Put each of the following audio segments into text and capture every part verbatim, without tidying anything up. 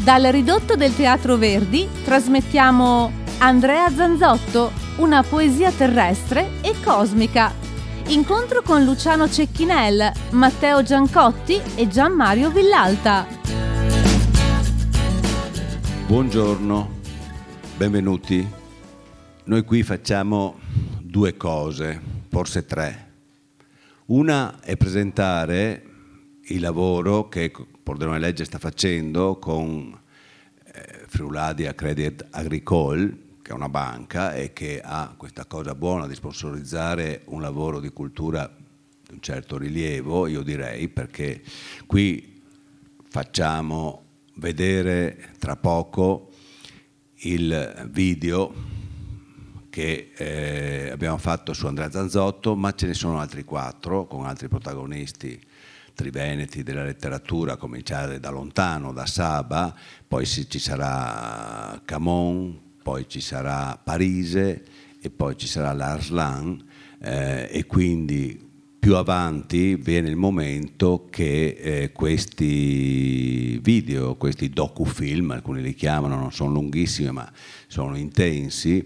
Dal ridotto del Teatro Verdi trasmettiamo Andrea Zanzotto, una poesia terrestre e cosmica. Incontro con Luciano Cecchinel, Matteo Giancotti e Gian Mario Villalta. Buongiorno, benvenuti. Noi qui facciamo due cose, forse tre. Una è presentare il lavoro che Pordenone Legge sta facendo con eh, Friuladia Credit Agricole, che è una banca e che ha questa cosa buona di sponsorizzare un lavoro di cultura di un certo rilievo, io direi, perché qui facciamo vedere tra poco il video che eh, abbiamo fatto su Andrea Zanzotto, ma ce ne sono altri quattro con altri protagonisti triveneti della letteratura, a cominciare da lontano, da Saba, poi ci sarà Camon, poi ci sarà Parise e poi ci sarà l'Arslan, eh, e quindi più avanti viene il momento che eh, questi video, questi docufilm, alcuni li chiamano, non sono lunghissimi ma sono intensi,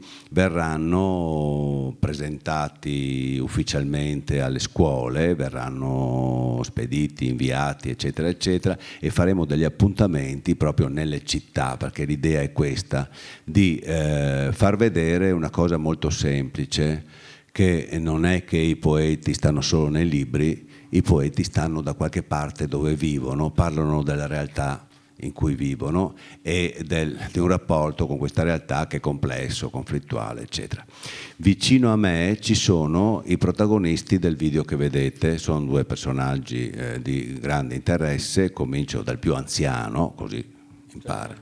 verranno presentati ufficialmente alle scuole, verranno spediti, inviati, eccetera, eccetera, e faremo degli appuntamenti proprio nelle città, perché l'idea è questa, di eh, far vedere una cosa molto semplice, che non è che i poeti stanno solo nei libri, i poeti stanno da qualche parte dove vivono, parlano della realtà in cui vivono e del, di un rapporto con questa realtà che è complesso, conflittuale, eccetera. Vicino a me ci sono i protagonisti del video che vedete, sono due personaggi eh, di grande interesse, comincio dal più anziano, così impara,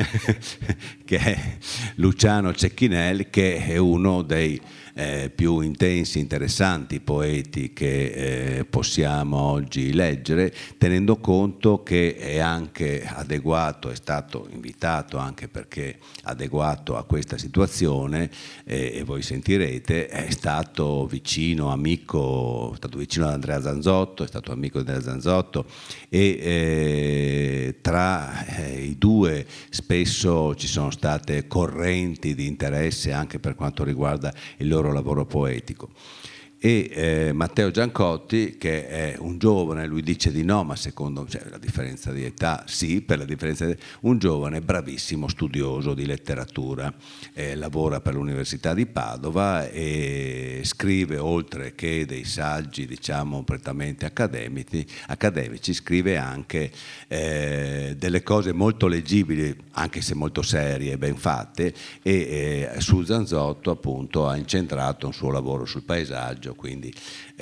che è Luciano Cecchinel, che è uno dei Eh, più intensi, interessanti poeti che eh, possiamo oggi leggere, tenendo conto che è anche adeguato, è stato invitato anche perché adeguato a questa situazione, eh, e voi sentirete, è stato vicino, amico, è stato vicino ad Andrea Zanzotto, è stato amico di Andrea Zanzotto e eh, tra eh, i due spesso ci sono state correnti di interesse anche per quanto riguarda il loro lavoro poetico. E eh, Matteo Giancotti, che è un giovane, lui dice di no, ma secondo cioè, la differenza di età, sì, per la differenza di un giovane bravissimo studioso di letteratura, eh, lavora per l'Università di Padova e scrive, oltre che dei saggi, diciamo, prettamente accademici, accademici scrive anche eh, delle cose molto leggibili, anche se molto serie e ben fatte, e eh, su Zanzotto appunto ha incentrato un suo lavoro sul paesaggio. Quindi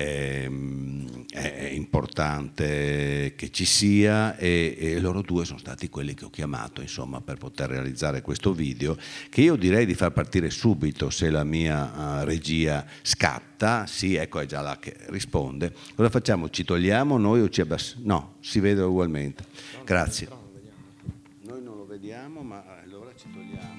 ehm, è importante che ci sia e, e loro due sono stati quelli che ho chiamato, insomma, per poter realizzare questo video, che io direi di far partire subito se la mia uh, regia scatta. Sì, ecco, è già là che risponde. Cosa facciamo? Ci togliamo noi o ci abbassiamo? No, si vede ugualmente. Grazie. Noi non lo vediamo, ma allora ci togliamo.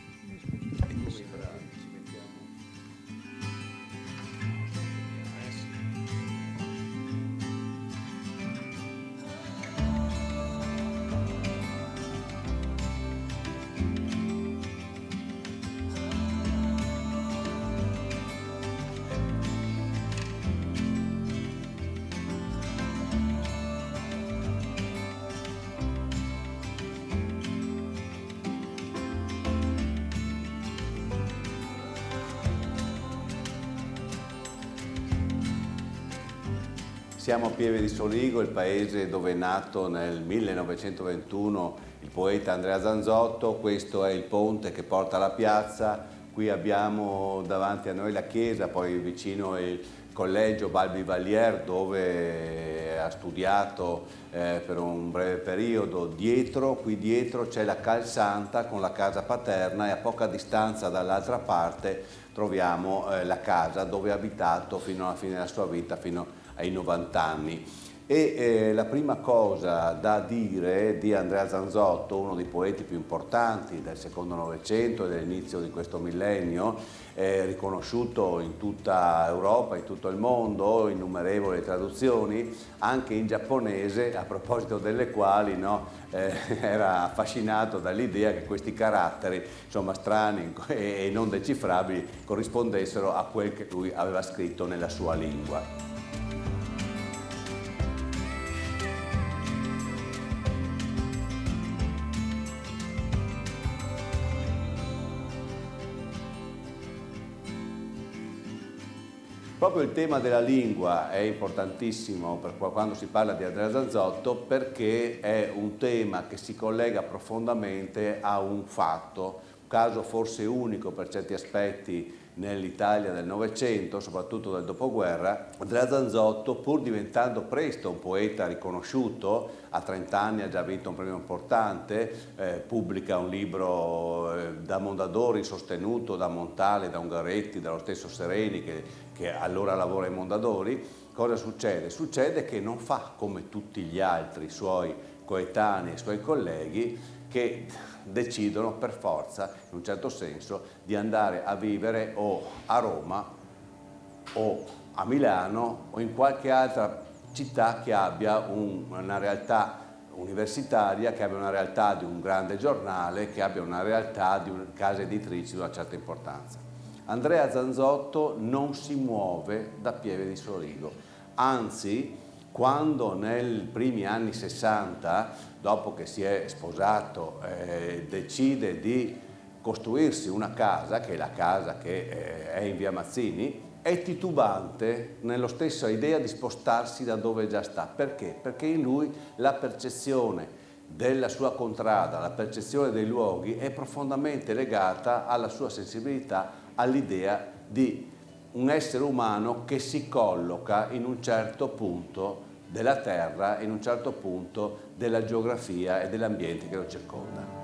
Siamo a Pieve di Soligo, il paese dove è nato nel millenovecentoventuno il poeta Andrea Zanzotto. Questo è il ponte che porta alla piazza. Qui abbiamo davanti a noi la chiesa, poi vicino il collegio Balbi Valier, dove ha studiato eh, per un breve periodo. Dietro, qui dietro c'è la Cal Santa con la casa paterna e a poca distanza dall'altra parte troviamo eh, la casa dove ha abitato fino alla fine della sua vita, fino ai novanta anni. E eh, la prima cosa da dire di Andrea Zanzotto, uno dei poeti più importanti del secondo Novecento e dell'inizio di questo millennio, eh, riconosciuto in tutta Europa, in tutto il mondo, innumerevoli traduzioni, anche in giapponese, a proposito delle quali no, eh, era affascinato dall'idea che questi caratteri, insomma, strani e non decifrabili, corrispondessero a quel che lui aveva scritto nella sua lingua. Proprio il tema della lingua è importantissimo per quando si parla di Andrea Zanzotto, perché è un tema che si collega profondamente a un fatto, un caso forse unico per certi aspetti nell'Italia del Novecento, soprattutto del dopoguerra. Andrea Zanzotto, pur diventando presto un poeta riconosciuto, a trenta anni ha già vinto un premio importante, eh, pubblica un libro eh, da Mondadori sostenuto da Montale, da Ungaretti, dallo stesso Sereni che, che allora lavora in Mondadori. Cosa succede? Succede che non fa come tutti gli altri suoi coetanei e suoi colleghi che decidono per forza, in un certo senso, di andare a vivere o a Roma o a Milano o in qualche altra città che abbia un, una realtà universitaria, che abbia una realtà di un grande giornale, che abbia una realtà di un, case editrici di una certa importanza. Andrea Zanzotto non si muove da Pieve di Sorigo, anzi, quando nei primi anni sessanta, dopo che si è sposato, eh, decide di costruirsi una casa, che è la casa che eh, è in via Mazzini, è titubante nello stesso idea di spostarsi da dove già sta. Perché? Perché in lui la percezione della sua contrada, la percezione dei luoghi è profondamente legata alla sua sensibilità, all'idea di un essere umano che si colloca in un certo punto della terra, in un certo punto della geografia e dell'ambiente che lo circonda.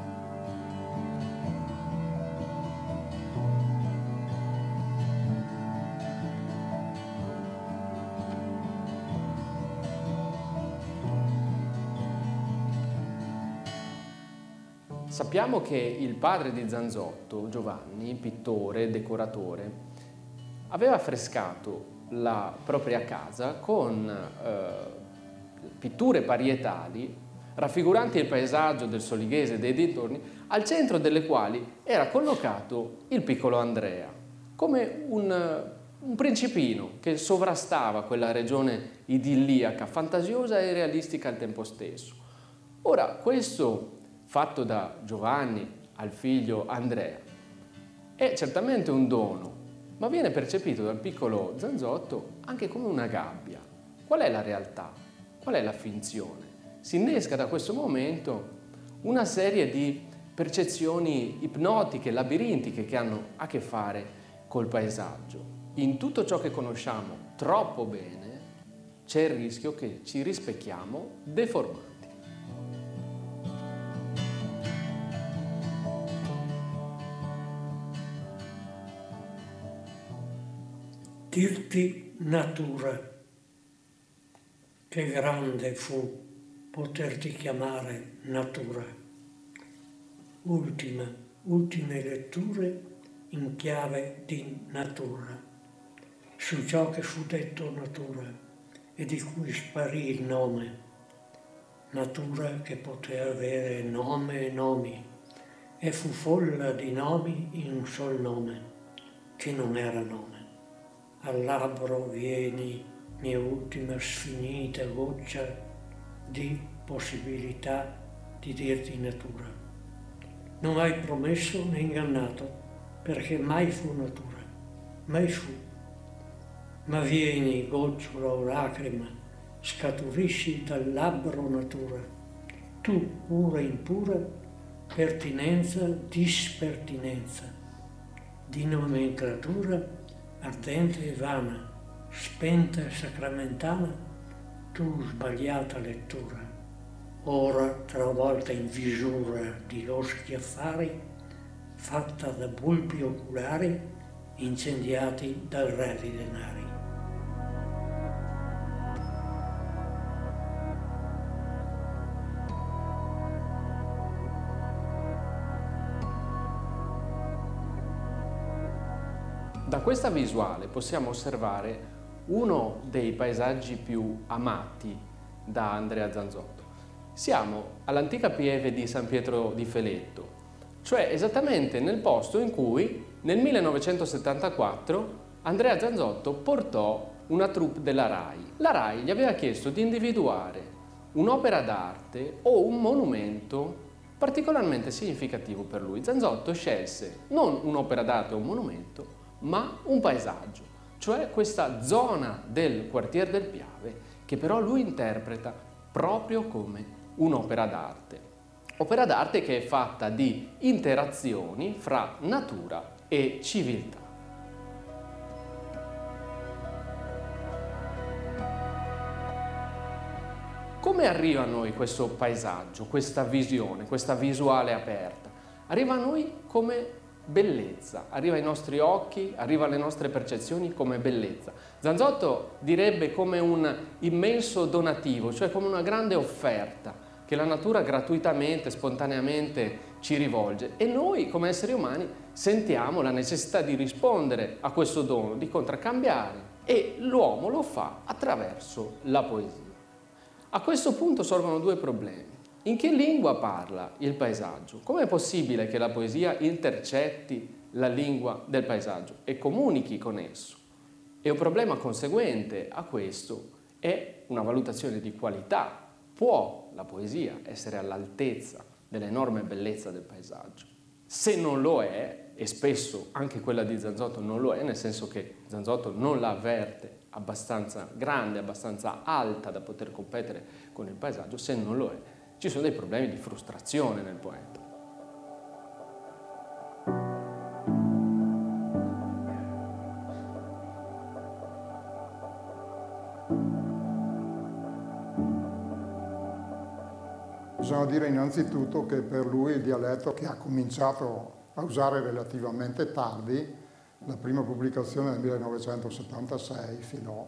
Sappiamo che il padre di Zanzotto, Giovanni, pittore, decoratore, aveva affrescato la propria casa con eh, pitture parietali raffiguranti il paesaggio del Solighese e dei dintorni, al centro delle quali era collocato il piccolo Andrea, come un, un principino che sovrastava quella regione idilliaca, fantasiosa e realistica al tempo stesso. Ora, questo fatto da Giovanni al figlio Andrea è certamente un dono, ma viene percepito dal piccolo Zanzotto anche come una gabbia. Qual è la realtà? Qual è la finzione? Si innesca da questo momento una serie di percezioni ipnotiche, labirintiche che hanno a che fare col paesaggio. In tutto ciò che conosciamo troppo bene c'è il rischio che ci rispecchiamo deformati. Dirti natura, che grande fu poterti chiamare natura. Ultima, ultime letture in chiave di natura, su ciò che fu detto natura e di cui sparì il nome. Natura che poteva avere nome e nomi, e fu folla di nomi in un sol nome, che non era nome. Al labbro vieni, mia ultima sfinita goccia di possibilità di dirti natura. Non hai promesso né ingannato, perché mai fu natura, mai fu. Ma vieni, gocciolo o lacrima, scaturisci dal labbro natura, tu pura impura, pertinenza, dispertinenza, di nomenclatura ardente e vana, spenta e sacramentana, tu sbagliata lettura, ora travolta in visura di loschi affari, fatta da bulbi oculari incendiati dal re di denari. Da questa visuale possiamo osservare uno dei paesaggi più amati da Andrea Zanzotto. Siamo all'antica pieve di San Pietro di Feletto, cioè esattamente nel posto in cui nel millenovecentosettantaquattro Andrea Zanzotto portò una troupe della RAI. La RAI gli aveva chiesto di individuare un'opera d'arte o un monumento particolarmente significativo per lui. Zanzotto scelse non un'opera d'arte o un monumento, ma un paesaggio, cioè questa zona del quartier del Piave che però lui interpreta proprio come un'opera d'arte. Opera d'arte che è fatta di interazioni fra natura e civiltà. Come arriva a noi questo paesaggio, questa visione, questa visuale aperta? Arriva a noi come bellezza, arriva ai nostri occhi, arriva alle nostre percezioni come bellezza. Zanzotto direbbe come un immenso donativo, cioè come una grande offerta che la natura gratuitamente, spontaneamente ci rivolge, e noi come esseri umani sentiamo la necessità di rispondere a questo dono, di contraccambiare, e l'uomo lo fa attraverso la poesia. A questo punto sorgono due problemi. In che lingua parla il paesaggio? Com'è possibile che la poesia intercetti la lingua del paesaggio e comunichi con esso? E un problema conseguente a questo è una valutazione di qualità. Può la poesia essere all'altezza dell'enorme bellezza del paesaggio? Se non lo è, e spesso anche quella di Zanzotto non lo è, nel senso che Zanzotto non la avverte abbastanza grande, abbastanza alta da poter competere con il paesaggio, se non lo è, ci sono dei problemi di frustrazione nel poeta. Bisogna dire innanzitutto che per lui il dialetto, che ha cominciato a usare relativamente tardi, la prima pubblicazione nel millenovecentosettantasei, Filò,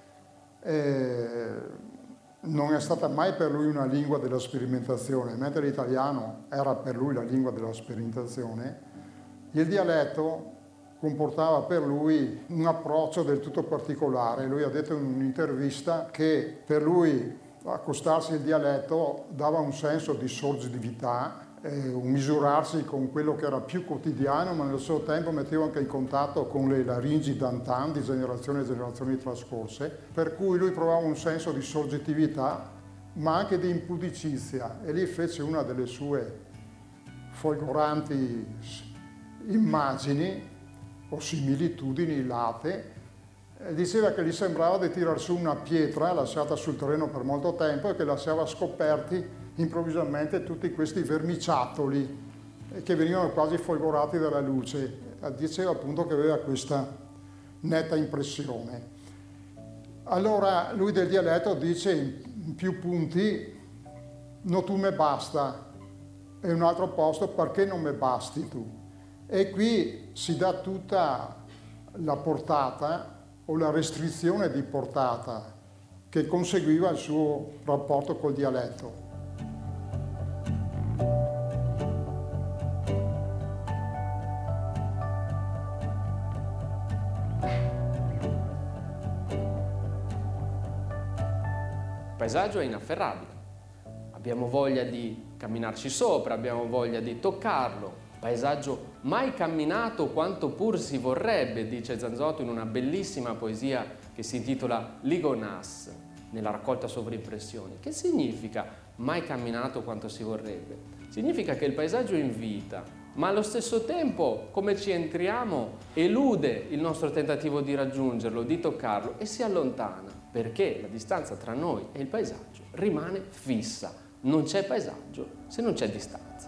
e non è stata mai per lui una lingua della sperimentazione, mentre l'italiano era per lui la lingua della sperimentazione. Il dialetto comportava per lui un approccio del tutto particolare. Lui ha detto in un'intervista che per lui accostarsi al dialetto dava un senso di soggettività, eh, un misurarsi con quello che era più quotidiano, ma nello stesso tempo metteva anche in contatto con le laringi d'antan di generazioni e generazioni trascorse, per cui lui provava un senso di soggettività, ma anche di impudicizia, e lì fece una delle sue folgoranti immagini o similitudini late. Diceva che gli sembrava di tirar su una pietra lasciata sul terreno per molto tempo e che lasciava scoperti improvvisamente tutti questi vermiciattoli che venivano quasi folgorati dalla luce. Diceva appunto che aveva questa netta impressione. Allora lui del dialetto dice in più punti: no tu me basta, e un altro posto: perché non me basti tu? E qui si dà tutta la portata o la restrizione di portata che conseguiva il suo rapporto col dialetto. Il paesaggio è inafferrabile, abbiamo voglia di camminarci sopra, abbiamo voglia di toccarlo. Paesaggio mai camminato quanto pur si vorrebbe, dice Zanzotto in una bellissima poesia che si intitola Ligonas, nella raccolta Sovrimpressioni. Che significa mai camminato quanto si vorrebbe? Significa che il paesaggio invita, ma allo stesso tempo, come ci entriamo, elude il nostro tentativo di raggiungerlo, di toccarlo, e si allontana, perché la distanza tra noi e il paesaggio rimane fissa. Non c'è paesaggio se non c'è distanza.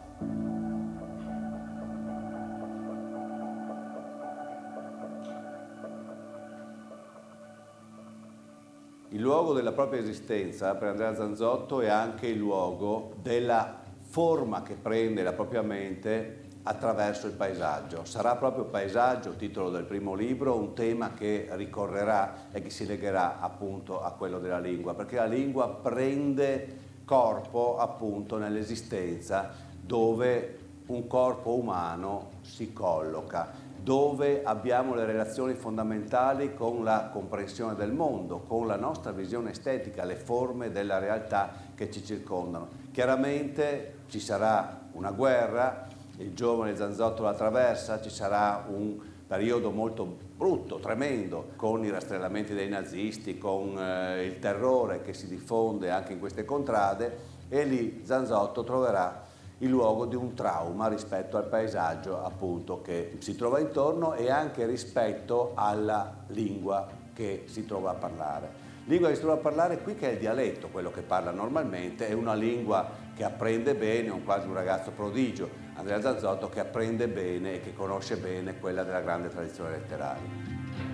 Il luogo della propria esistenza per Andrea Zanzotto è anche il luogo della forma che prende la propria mente attraverso il paesaggio. Sarà proprio paesaggio, titolo del primo libro, un tema che ricorrerà e che si legherà appunto a quello della lingua, perché la lingua prende corpo appunto nell'esistenza dove un corpo umano si colloca. dove abbiamo le relazioni fondamentali con la comprensione del mondo, con la nostra visione estetica, le forme della realtà che ci circondano. Chiaramente ci sarà una guerra, il giovane Zanzotto la attraversa, ci sarà un periodo molto brutto, tremendo, con i rastrellamenti dei nazisti, con eh, il terrore che si diffonde anche in queste contrade, e lì Zanzotto troverà il luogo di un trauma rispetto al paesaggio appunto che si trova intorno e anche rispetto alla lingua che si trova a parlare. Lingua che si trova a parlare qui, che è il dialetto, quello che parla normalmente, è una lingua che apprende bene, è quasi un ragazzo prodigio, Andrea Zanzotto, che apprende bene e che conosce bene quella della grande tradizione letteraria.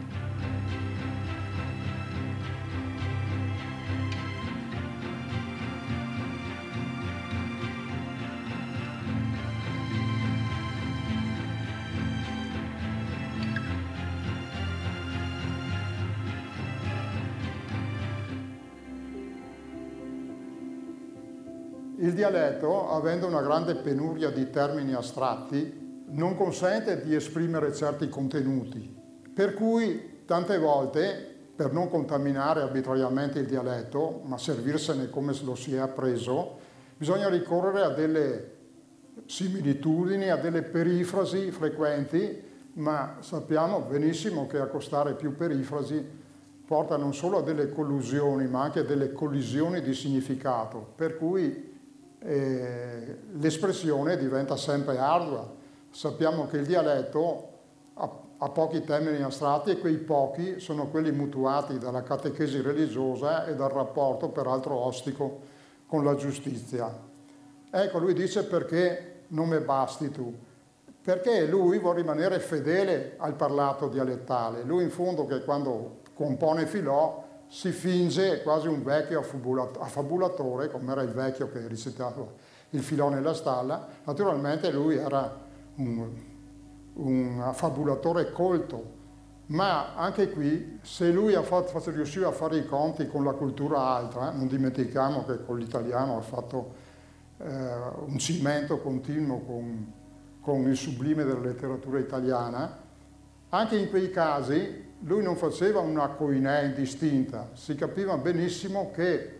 Il dialetto, avendo una grande penuria di termini astratti, non consente di esprimere certi contenuti, per cui tante volte, per non contaminare arbitrariamente il dialetto, ma servirsene come lo si è appreso, bisogna ricorrere a delle similitudini, a delle perifrasi frequenti, ma sappiamo benissimo che accostare più perifrasi porta non solo a delle collusioni, ma anche a delle collisioni di significato, per cui eh, l'espressione diventa sempre ardua. Sappiamo che il dialetto ha, ha pochi termini astratti, e quei pochi sono quelli mutuati dalla catechesi religiosa e dal rapporto peraltro ostico con la giustizia. Ecco, lui dice: perché non me basti tu? Perché lui vuole rimanere fedele al parlato dialettale. Lui in fondo, che quando compone Filò si finge quasi un vecchio affabulatore, come era il vecchio che recitava il Filò nella stalla. Naturalmente lui era un, un affabulatore colto, ma anche qui, se lui ha fatto, riusciva a fare i conti con la cultura altra, non dimentichiamo che con l'italiano ha fatto eh, un cimento continuo con, con il sublime della letteratura italiana, anche in quei casi lui non faceva una coinè indistinta, si capiva benissimo che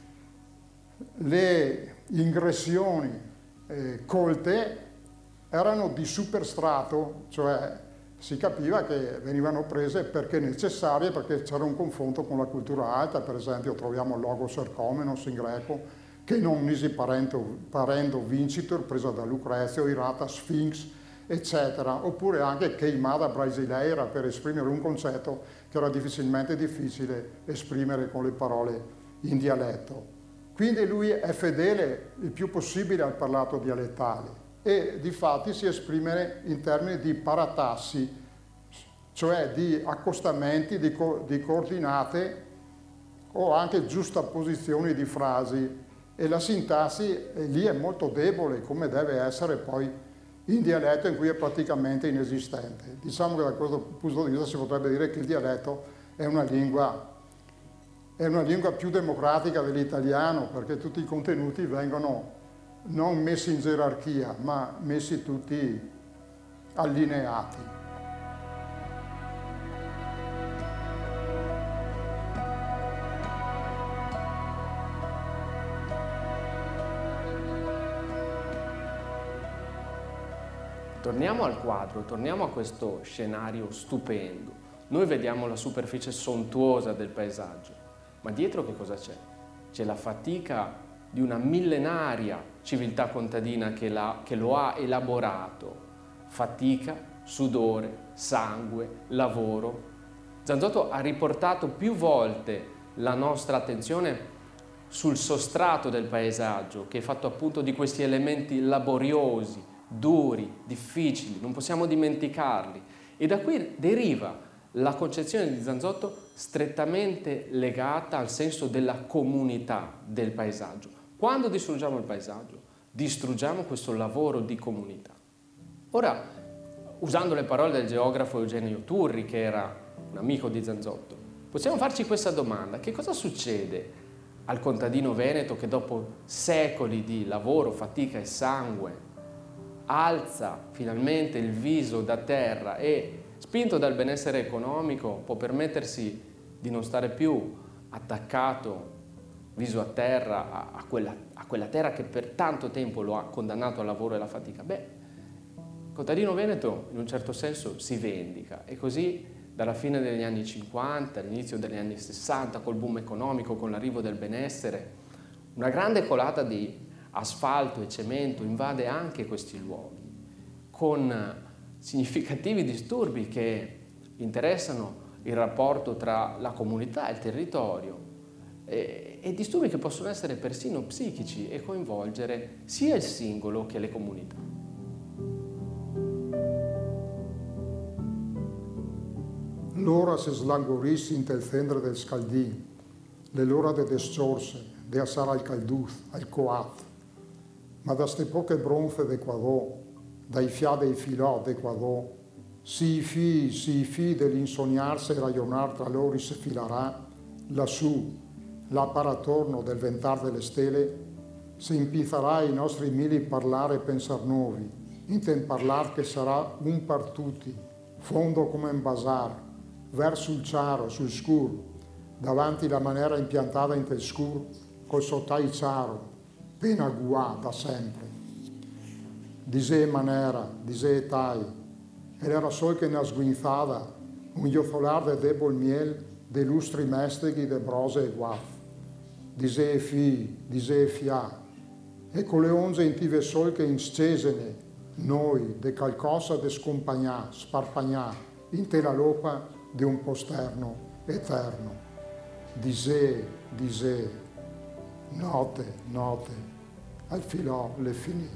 le ingressioni eh, colte erano di superstrato, cioè si capiva che venivano prese perché necessarie, perché c'era un confronto con la cultura alta. Per esempio troviamo Logos Erchomenos in greco, che non nisi parendo, parendo vincitor, presa da Lucrezio, irata Sphinx, eccetera, oppure anche Keimada Brasileira, per esprimere un concetto che era difficilmente difficile esprimere con le parole in dialetto. Quindi lui è fedele il più possibile al parlato dialettale e difatti si esprime in termini di paratassi, cioè di accostamenti, di, co- di coordinate o anche giustaposizioni di frasi, e la sintassi eh, lì è molto debole, come deve essere poi in dialetto, in cui è praticamente inesistente. Diciamo che da questo punto di vista si potrebbe dire che il dialetto è una lingua, è una lingua più democratica dell'italiano, perché tutti i contenuti vengono non messi in gerarchia, ma messi tutti allineati. Torniamo al quadro, torniamo a questo scenario stupendo. Noi vediamo la superficie sontuosa del paesaggio, ma dietro che cosa c'è? C'è la fatica di una millenaria civiltà contadina che, la, che lo ha elaborato. Fatica, sudore, sangue, lavoro. Zanzotto ha riportato più volte la nostra attenzione sul sostrato del paesaggio, che è fatto appunto di questi elementi laboriosi, duri, difficili, non possiamo dimenticarli, e da qui deriva la concezione di Zanzotto strettamente legata al senso della comunità del paesaggio. Quando distruggiamo il paesaggio, distruggiamo questo lavoro di comunità. Ora, usando le parole del geografo Eugenio Turri, che era un amico di Zanzotto, possiamo farci questa domanda: che cosa succede al contadino veneto che dopo secoli di lavoro, fatica e sangue alza finalmente il viso da terra e, spinto dal benessere economico, può permettersi di non stare più attaccato viso a terra a, a, quella, a quella terra che per tanto tempo lo ha condannato al lavoro e alla fatica. Beh, contadino veneto in un certo senso si vendica, e così dalla fine degli anni cinquanta, all'inizio degli anni sessanta, col boom economico, con l'arrivo del benessere, una grande colata di asfalto e cemento invade anche questi luoghi, con significativi disturbi che interessano il rapporto tra la comunità e il territorio, e, e disturbi che possono essere persino psichici e coinvolgere sia il singolo che le comunità. L'ora si slangorisse in tel fendre del scaldì, le l'ora de desciorse, de assar al calduz, al coat, ma da ste poche bronze de quadò, dai fiade e filò de quadò, si fi, si fi dell'insogniarsi e ragionar tra loro se filarà, lassù, là paratorno del ventar delle stelle, si impinzerà i nostri mili parlare e pensar nuovi, inten parlar che sarà un par tutti, fondo come un bazar, verso il ciaro, sul scur, davanti la maniera impiantata in tel scur, col sottai ciaro, pena guà da sempre. Disè manera, disè tai, ed era sol che ne sguinzada un iozolar de debol miel, de lustri mesteghi de brose e guaf. Disè fi, disè fia, e con le onze intive sol che inscesene, noi, de qualcosa de scompagnà, sparpagnà, in te la lopa di un posterno eterno. Disè, disè, note, note, al filò le finì.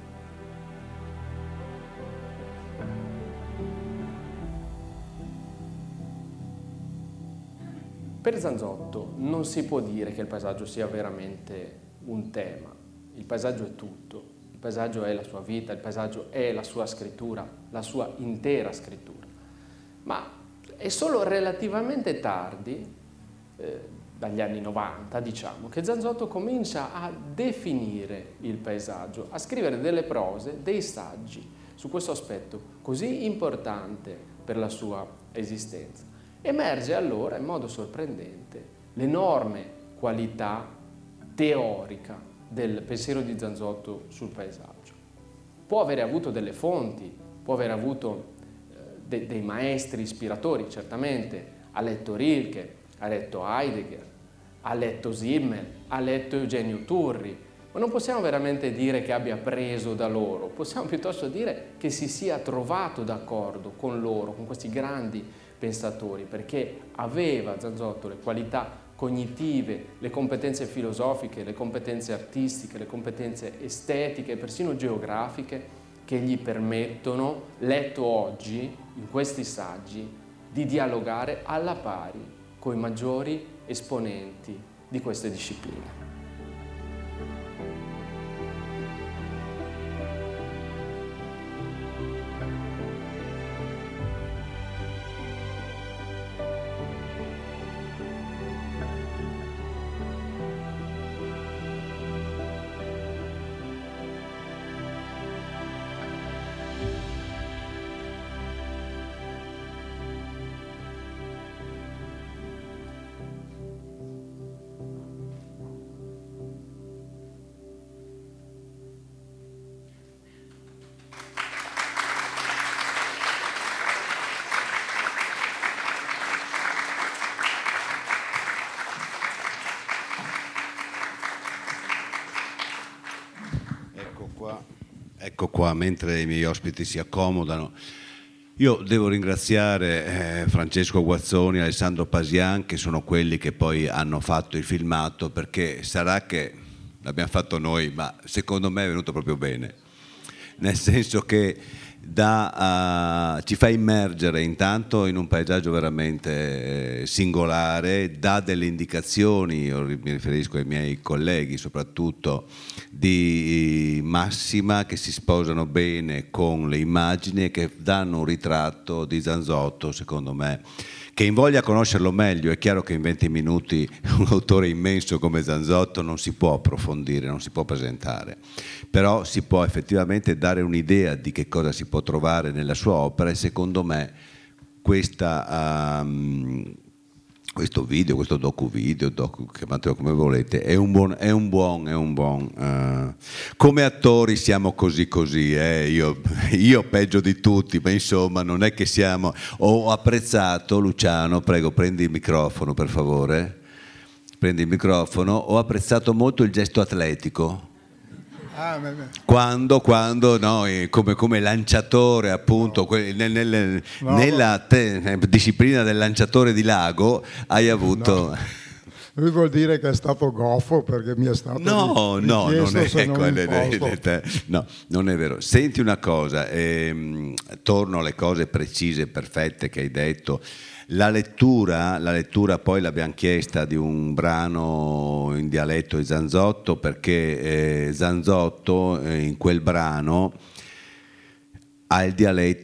Per Zanzotto non si può dire che il paesaggio sia veramente un tema. Il paesaggio è tutto, il paesaggio è la sua vita, il paesaggio è la sua scrittura, la sua intera scrittura. Ma è solo relativamente tardi, eh, dagli anni novanta, diciamo, che Zanzotto comincia a definire il paesaggio, a scrivere delle prose, dei saggi su questo aspetto così importante per la sua esistenza. Emerge allora in modo sorprendente l'enorme qualità teorica del pensiero di Zanzotto sul paesaggio. Può avere avuto delle fonti, può aver avuto eh, de- dei maestri ispiratori, certamente, ha letto Rilke, ha letto Heidegger, ha letto Simmel, ha letto Eugenio Turri, ma non possiamo veramente dire che abbia preso da loro, possiamo piuttosto dire che si sia trovato d'accordo con loro, con questi grandi pensatori, perché aveva Zanzotto le qualità cognitive, le competenze filosofiche, le competenze artistiche, le competenze estetiche e persino geografiche che gli permettono, letto oggi in questi saggi, di dialogare alla pari con i maggiori esponenti di queste discipline. Ecco qua, mentre i miei ospiti si accomodano, io devo ringraziare eh, Francesco Guazzoni e Alessandro Pasian, che sono quelli che poi hanno fatto il filmato, perché sarà che l'abbiamo fatto noi, ma secondo me è venuto proprio bene, nel senso che da, uh, ci fa immergere intanto in un paesaggio veramente eh, singolare, dà delle indicazioni, io mi riferisco ai miei colleghi soprattutto di massima, che si sposano bene con le immagini e che danno un ritratto di Zanzotto secondo me Che voglia conoscerlo meglio, è chiaro che in venti minuti un autore immenso come Zanzotto non si può approfondire, non si può presentare, però si può effettivamente dare un'idea di che cosa si può trovare nella sua opera, e secondo me questa, um, questo video, questo docu video, docu, chiamatelo come volete, è un buon, è un buon, è un buon uh, come attori siamo così così, eh? io, io peggio di tutti, ma insomma non è che siamo. Ho apprezzato, Luciano, prego prendi il microfono per favore, prendi il microfono, ho apprezzato molto il gesto atletico. Quando, quando no, come, come lanciatore appunto no. nel, nel, no, nella te, disciplina del lanciatore di lago hai avuto... No. Lui vuol dire che è stato goffo perché mi è stato no, ri- no, non è, se non ecco, no, non è vero. Senti una cosa, ehm, torno alle cose precise, perfette che hai detto. La lettura, la lettura poi l'abbiamo chiesta di un brano in dialetto di Zanzotto, perché eh, Zanzotto eh, in quel brano ha il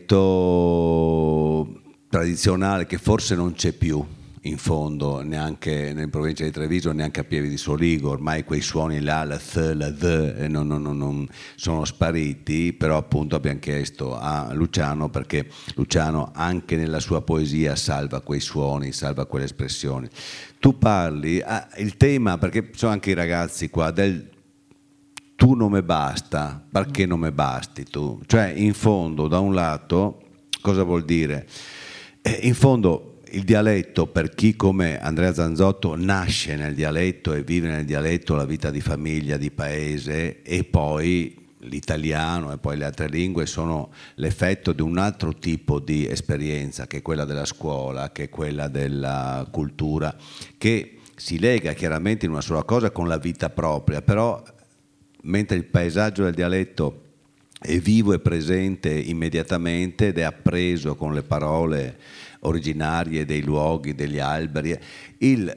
dialetto tradizionale che forse non c'è più in fondo, neanche nella provincia di Treviso, neanche a Pieve di Soligo. Ormai quei suoni là, la th, la th, eh, non, non, non sono spariti, però appunto abbiamo chiesto a Luciano, perché Luciano anche nella sua poesia salva quei suoni, salva quelle espressioni. Tu parli, ah, il tema, perché sono anche i ragazzi qua, del tu non me basta, perché non me basti tu? Cioè in fondo da un lato cosa vuol dire? Eh, in fondo il dialetto, per chi come Andrea Zanzotto nasce nel dialetto e vive nel dialetto la vita di famiglia, di paese, e poi l'italiano e poi le altre lingue sono l'effetto di un altro tipo di esperienza, che è quella della scuola, che è quella della cultura, che si lega chiaramente in una sola cosa con la vita propria, però mentre il paesaggio del dialetto è vivo e presente immediatamente ed è appreso con le parole originarie dei luoghi, degli alberi, il,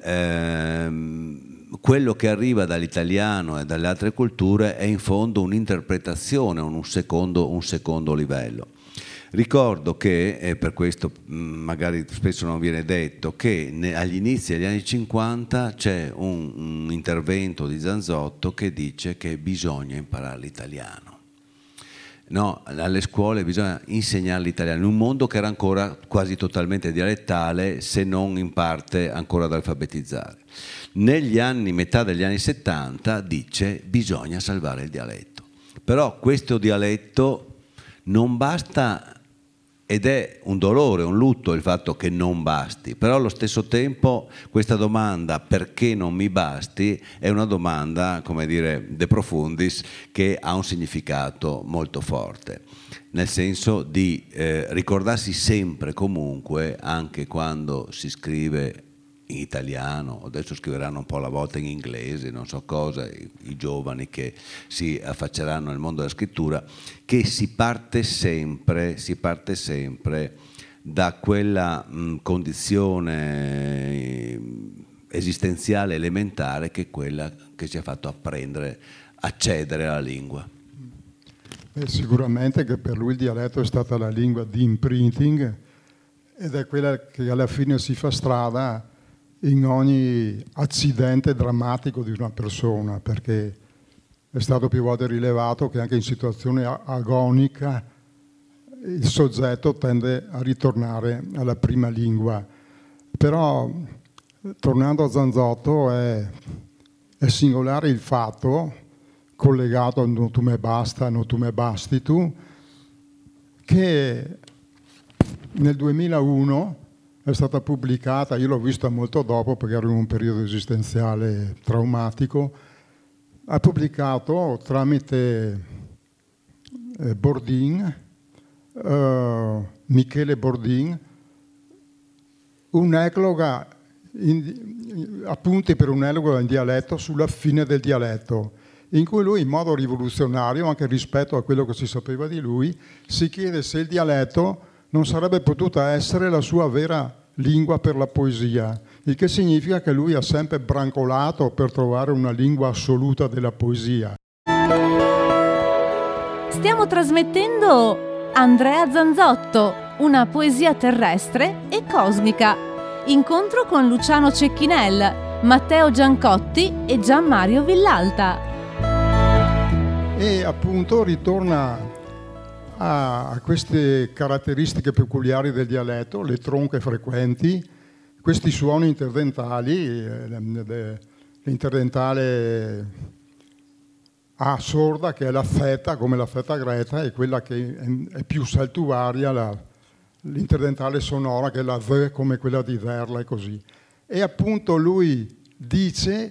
ehm, quello che arriva dall'italiano e dalle altre culture è in fondo un'interpretazione, un secondo, un secondo livello. Ricordo che, e per questo magari spesso non viene detto, che ne, agli inizi degli anni cinquanta c'è un, un intervento di Zanzotto che dice che bisogna imparare l'italiano. No, alle scuole bisogna insegnare l'italiano, in un mondo che era ancora quasi totalmente dialettale, se non in parte ancora da alfabetizzare. Negli anni, metà degli anni settanta, dice bisogna salvare il dialetto. Però questo dialetto non basta, ed è un dolore, un lutto il fatto che non basti, però allo stesso tempo questa domanda perché non mi basti è una domanda, come dire, de profundis, che ha un significato molto forte, nel senso di eh, ricordarsi sempre comunque, anche quando si scrive in italiano, adesso scriveranno un po' alla volta in inglese, non so cosa, i, i giovani che si affacceranno nel mondo della scrittura, che si parte sempre, si parte sempre da quella mh, condizione esistenziale elementare che è quella che ci ha fatto apprendere, accedere alla lingua. Eh, sicuramente che per lui il dialetto è stata la lingua di imprinting ed è quella che alla fine si fa strada in ogni accidente drammatico di una persona, perché è stato più volte rilevato che anche in situazione agonica il soggetto tende a ritornare alla prima lingua. Però, tornando a Zanzotto, è, è singolare il fatto, collegato a non tu me basta, non tu me basti tu, che nel duemilauno è stata pubblicata, io l'ho vista molto dopo perché ero in un periodo esistenziale traumatico, ha pubblicato tramite eh, Bordin, eh, Michele Bordin, un'ecloga, in, appunti per un'ecloga in dialetto sulla fine del dialetto, in cui lui in modo rivoluzionario, anche rispetto a quello che si sapeva di lui, si chiede se il dialetto non sarebbe potuta essere la sua vera lingua per la poesia, il che significa che lui ha sempre brancolato per trovare una lingua assoluta della poesia. Stiamo trasmettendo Andrea Zanzotto, una poesia terrestre e cosmica. Incontro con Luciano Cecchinel, Matteo Giancotti e Gianmario Villalta. E appunto ritorna a queste caratteristiche peculiari del dialetto, le tronche frequenti, questi suoni interdentali, l'interdentale A sorda che è la theta, come la theta greta, e quella che è più saltuaria, la, l'interdentale sonora che è la th come quella di Verla e così. E appunto lui dice,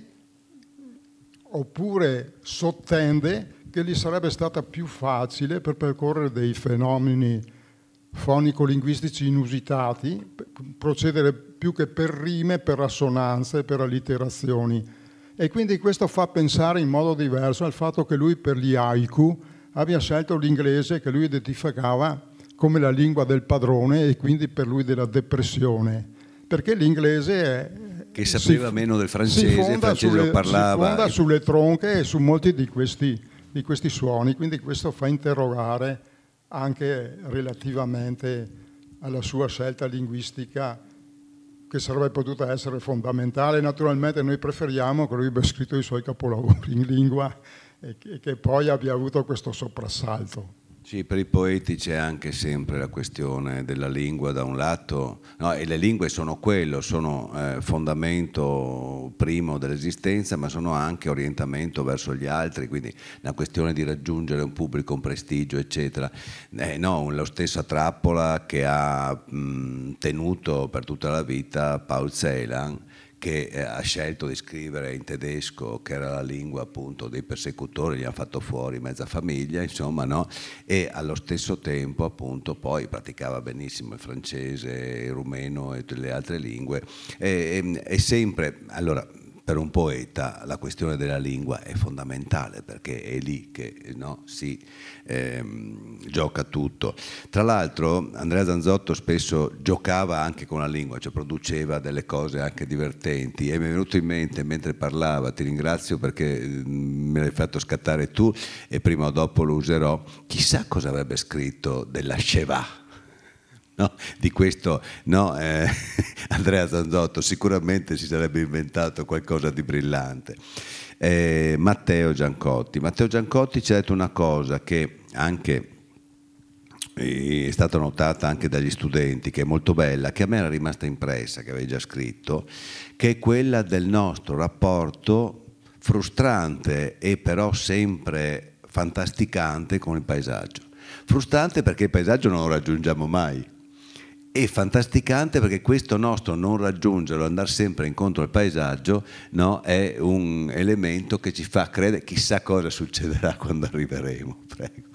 oppure sottende, che gli sarebbe stata più facile per percorrere dei fenomeni fonico-linguistici inusitati, procedere più che per rime, per assonanze, per allitterazioni. E quindi questo fa pensare in modo diverso al fatto che lui per gli haiku abbia scelto l'inglese, che lui identificava come la lingua del padrone e quindi per lui della depressione. Perché l'inglese è... Che sapeva si, meno del francese, il francese sulle, lo parlava. Si fonda sulle tronche e su molti di questi, di questi suoni, quindi questo fa interrogare anche relativamente alla sua scelta linguistica, che sarebbe potuta essere fondamentale. Naturalmente noi preferiamo che lui abbia scritto i suoi capolavori in lingua e che, e che poi abbia avuto questo soprassalto. Sì, per i poeti c'è anche sempre la questione della lingua da un lato, no, e le lingue sono quello, sono eh, fondamento primo dell'esistenza, ma sono anche orientamento verso gli altri, quindi una questione di raggiungere un pubblico, un prestigio, eccetera. Eh, no, la stessa trappola che ha mh, tenuto per tutta la vita Paul Celan, che eh, ha scelto di scrivere in tedesco, che era la lingua appunto dei persecutori, gli hanno fatto fuori mezza famiglia, insomma, no? E allo stesso tempo appunto poi praticava benissimo il francese, il rumeno e tutte le altre lingue. E, e, e sempre, allora, per un poeta la questione della lingua è fondamentale, perché è lì che no, si ehm, gioca tutto. Tra l'altro Andrea Zanzotto spesso giocava anche con la lingua, cioè produceva delle cose anche divertenti, e mi è venuto in mente mentre parlava, ti ringrazio perché me l'hai fatto scattare tu e prima o dopo lo userò, chissà cosa avrebbe scritto della Sheva. No, di questo no, eh, Andrea Zanzotto sicuramente si sarebbe inventato qualcosa di brillante. Eh, Matteo Giancotti. Matteo Giancotti ci ha detto una cosa che anche è stata notata anche dagli studenti, che è molto bella, che a me era rimasta impressa, che avevi già scritto, che è quella del nostro rapporto frustrante e però sempre fantasticante con il paesaggio. Frustrante perché il paesaggio non lo raggiungiamo mai. E fantasticante perché questo nostro non raggiungerlo, andare sempre incontro al paesaggio, no, è un elemento che ci fa credere chissà cosa succederà quando arriveremo. Prego.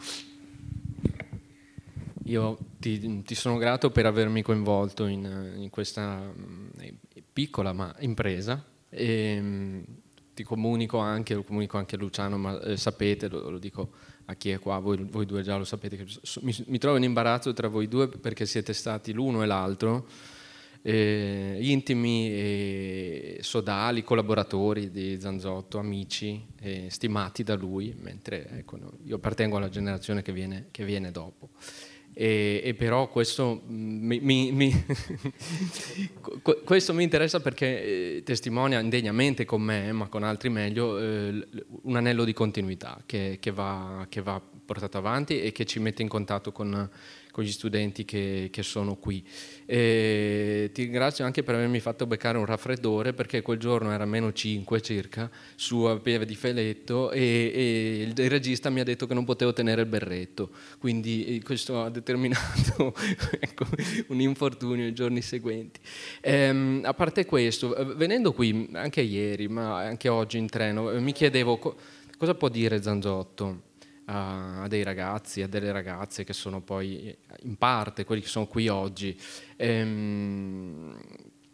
Io ti, ti sono grato per avermi coinvolto in, in questa piccola ma impresa e ti comunico anche, lo comunico anche a Luciano, ma eh, sapete, lo, lo dico a chi è qua, voi, voi due già lo sapete, che mi, mi trovo in imbarazzo tra voi due perché siete stati l'uno e l'altro, eh, intimi e sodali, collaboratori di Zanzotto, amici e stimati da lui, mentre ecco, no, io appartengo alla generazione che viene, che viene dopo. E, e però questo mi, mi, mi questo mi interessa perché eh, testimonia indegnamente con me, ma con altri meglio, eh, un anello di continuità che, che, va, che va portato avanti e che ci mette in contatto con, con gli studenti che, che sono qui. E ti ringrazio anche per avermi fatto beccare un raffreddore, perché quel giorno era meno cinque circa su a Pieve di Feletto e, e il, il regista mi ha detto che non potevo tenere il berretto, quindi questo ha determinato ecco, un infortunio nei giorni seguenti. Ehm, a parte questo, venendo qui anche ieri ma anche oggi in treno, mi chiedevo co- cosa può dire Zanzotto a dei ragazzi, a delle ragazze che sono poi in parte quelli che sono qui oggi. Ehm,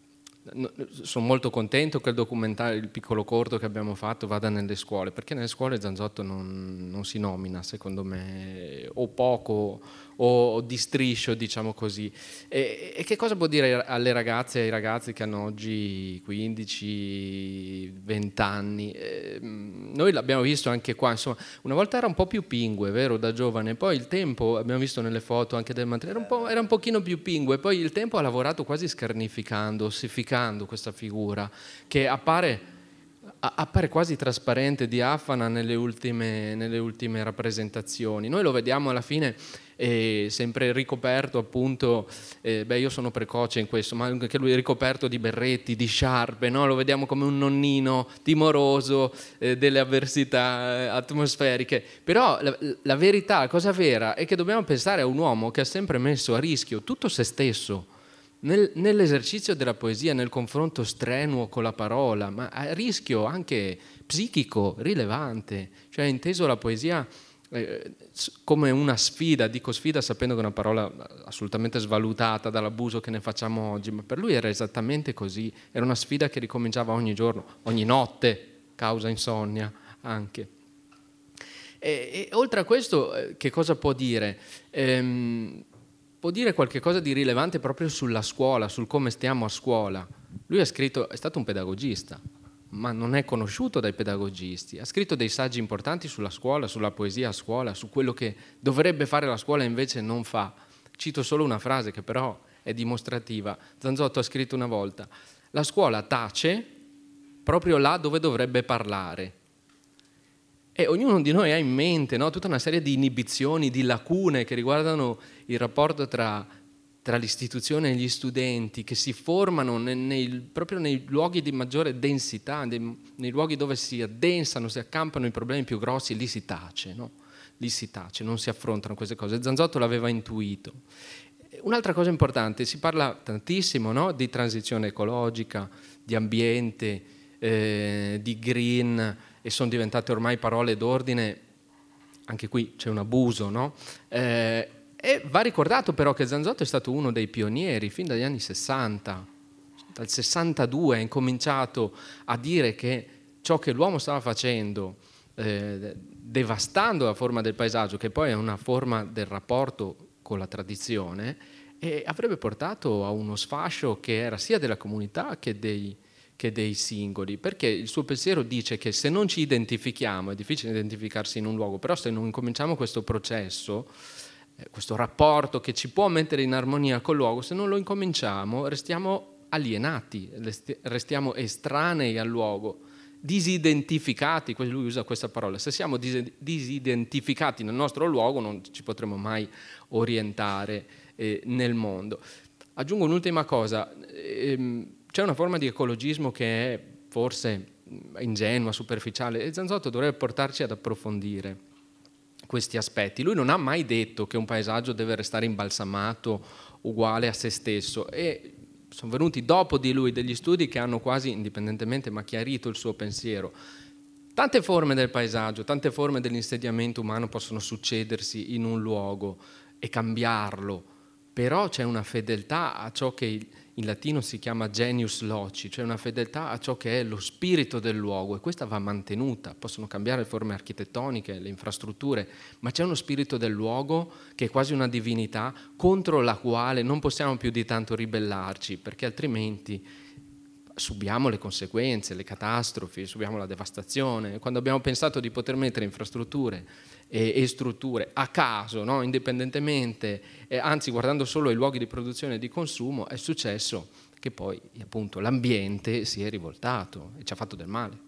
sono molto contento che il documentario, il piccolo corto che abbiamo fatto vada nelle scuole, perché nelle scuole Zanzotto non, non si nomina, secondo me, o poco o di striscio, diciamo così. E, e che cosa può dire alle ragazze e ai ragazzi che hanno oggi quindici venti anni? Eh, noi l'abbiamo visto anche qua, insomma, una volta era un po' più pingue, vero, da giovane, poi il tempo, abbiamo visto nelle foto anche del matrimonio, era un po', era un pochino più pingue, poi il tempo ha lavorato quasi scarnificando, ossificando questa figura che appare appare quasi trasparente, diafana nelle ultime, nelle ultime rappresentazioni. Noi lo vediamo alla fine eh, sempre ricoperto, appunto, eh, beh, io sono precoce in questo, ma anche lui è ricoperto di berretti, di sciarpe, no? Lo vediamo come un nonnino timoroso eh, delle avversità eh, atmosferiche. Però la, la verità, la cosa vera, è che dobbiamo pensare a un uomo che ha sempre messo a rischio tutto se stesso, Nel, nell'esercizio della poesia, nel confronto strenuo con la parola, ma a rischio anche psichico rilevante, cioè inteso la poesia eh, come una sfida, dico sfida sapendo che è una parola assolutamente svalutata dall'abuso che ne facciamo oggi, ma per lui era esattamente così, era una sfida che ricominciava ogni giorno, ogni notte, causa insonnia anche. E, e oltre a questo, eh, che cosa può dire? Ehm, Può dire qualche cosa di rilevante proprio sulla scuola, sul come stiamo a scuola. Lui ha scritto, è stato un pedagogista, ma non è conosciuto dai pedagogisti. Ha scritto dei saggi importanti sulla scuola, sulla poesia a scuola, su quello che dovrebbe fare la scuola e invece non fa. Cito solo una frase che però è dimostrativa. Zanzotto ha scritto una volta: la scuola tace proprio là dove dovrebbe parlare. E ognuno di noi ha in mente, no, tutta una serie di inibizioni, di lacune che riguardano il rapporto tra, tra l'istituzione e gli studenti, che si formano nei, nei, proprio nei luoghi di maggiore densità, nei, nei luoghi dove si addensano, si accampano i problemi più grossi, lì si tace, no? Lì si tace, non si affrontano queste cose. Zanzotto l'aveva intuito. Un'altra cosa importante, si parla tantissimo, no, di transizione ecologica, di ambiente, eh, di green, e sono diventate ormai parole d'ordine, anche qui c'è un abuso, no? Eh, e va ricordato però che Zanzotto è stato uno dei pionieri fin dagli anni sessanta, dal sessantadue ha incominciato a dire che ciò che l'uomo stava facendo, eh, devastando la forma del paesaggio, che poi è una forma del rapporto con la tradizione, e avrebbe portato a uno sfascio che era sia della comunità che dei che dei singoli, perché il suo pensiero dice che se non ci identifichiamo, è difficile identificarsi in un luogo, però se non incominciamo questo processo, eh, questo rapporto che ci può mettere in armonia col luogo, se non lo incominciamo restiamo alienati, restiamo estranei al luogo, disidentificati, lui usa questa parola, se siamo disidentificati nel nostro luogo non ci potremo mai orientare eh, nel mondo. Aggiungo un'ultima cosa, ehm, c'è una forma di ecologismo che è forse ingenua, superficiale, e Zanzotto dovrebbe portarci ad approfondire questi aspetti. Lui non ha mai detto che un paesaggio deve restare imbalsamato uguale a se stesso, e sono venuti dopo di lui degli studi che hanno quasi indipendentemente ma chiarito il suo pensiero. Tante forme del paesaggio, tante forme dell'insediamento umano possono succedersi in un luogo e cambiarlo, però c'è una fedeltà a ciò che in latino si chiama genius loci, cioè una fedeltà a ciò che è lo spirito del luogo, e questa va mantenuta. Possono cambiare le forme architettoniche, le infrastrutture, ma c'è uno spirito del luogo che è quasi una divinità contro la quale non possiamo più di tanto ribellarci, perché altrimenti subiamo le conseguenze, le catastrofi, subiamo la devastazione. Quando abbiamo pensato di poter mettere infrastrutture e, e strutture a caso, no? indipendentemente, eh, anzi guardando solo ai luoghi di produzione e di consumo, è successo che poi appunto l'ambiente si è rivoltato e ci ha fatto del male.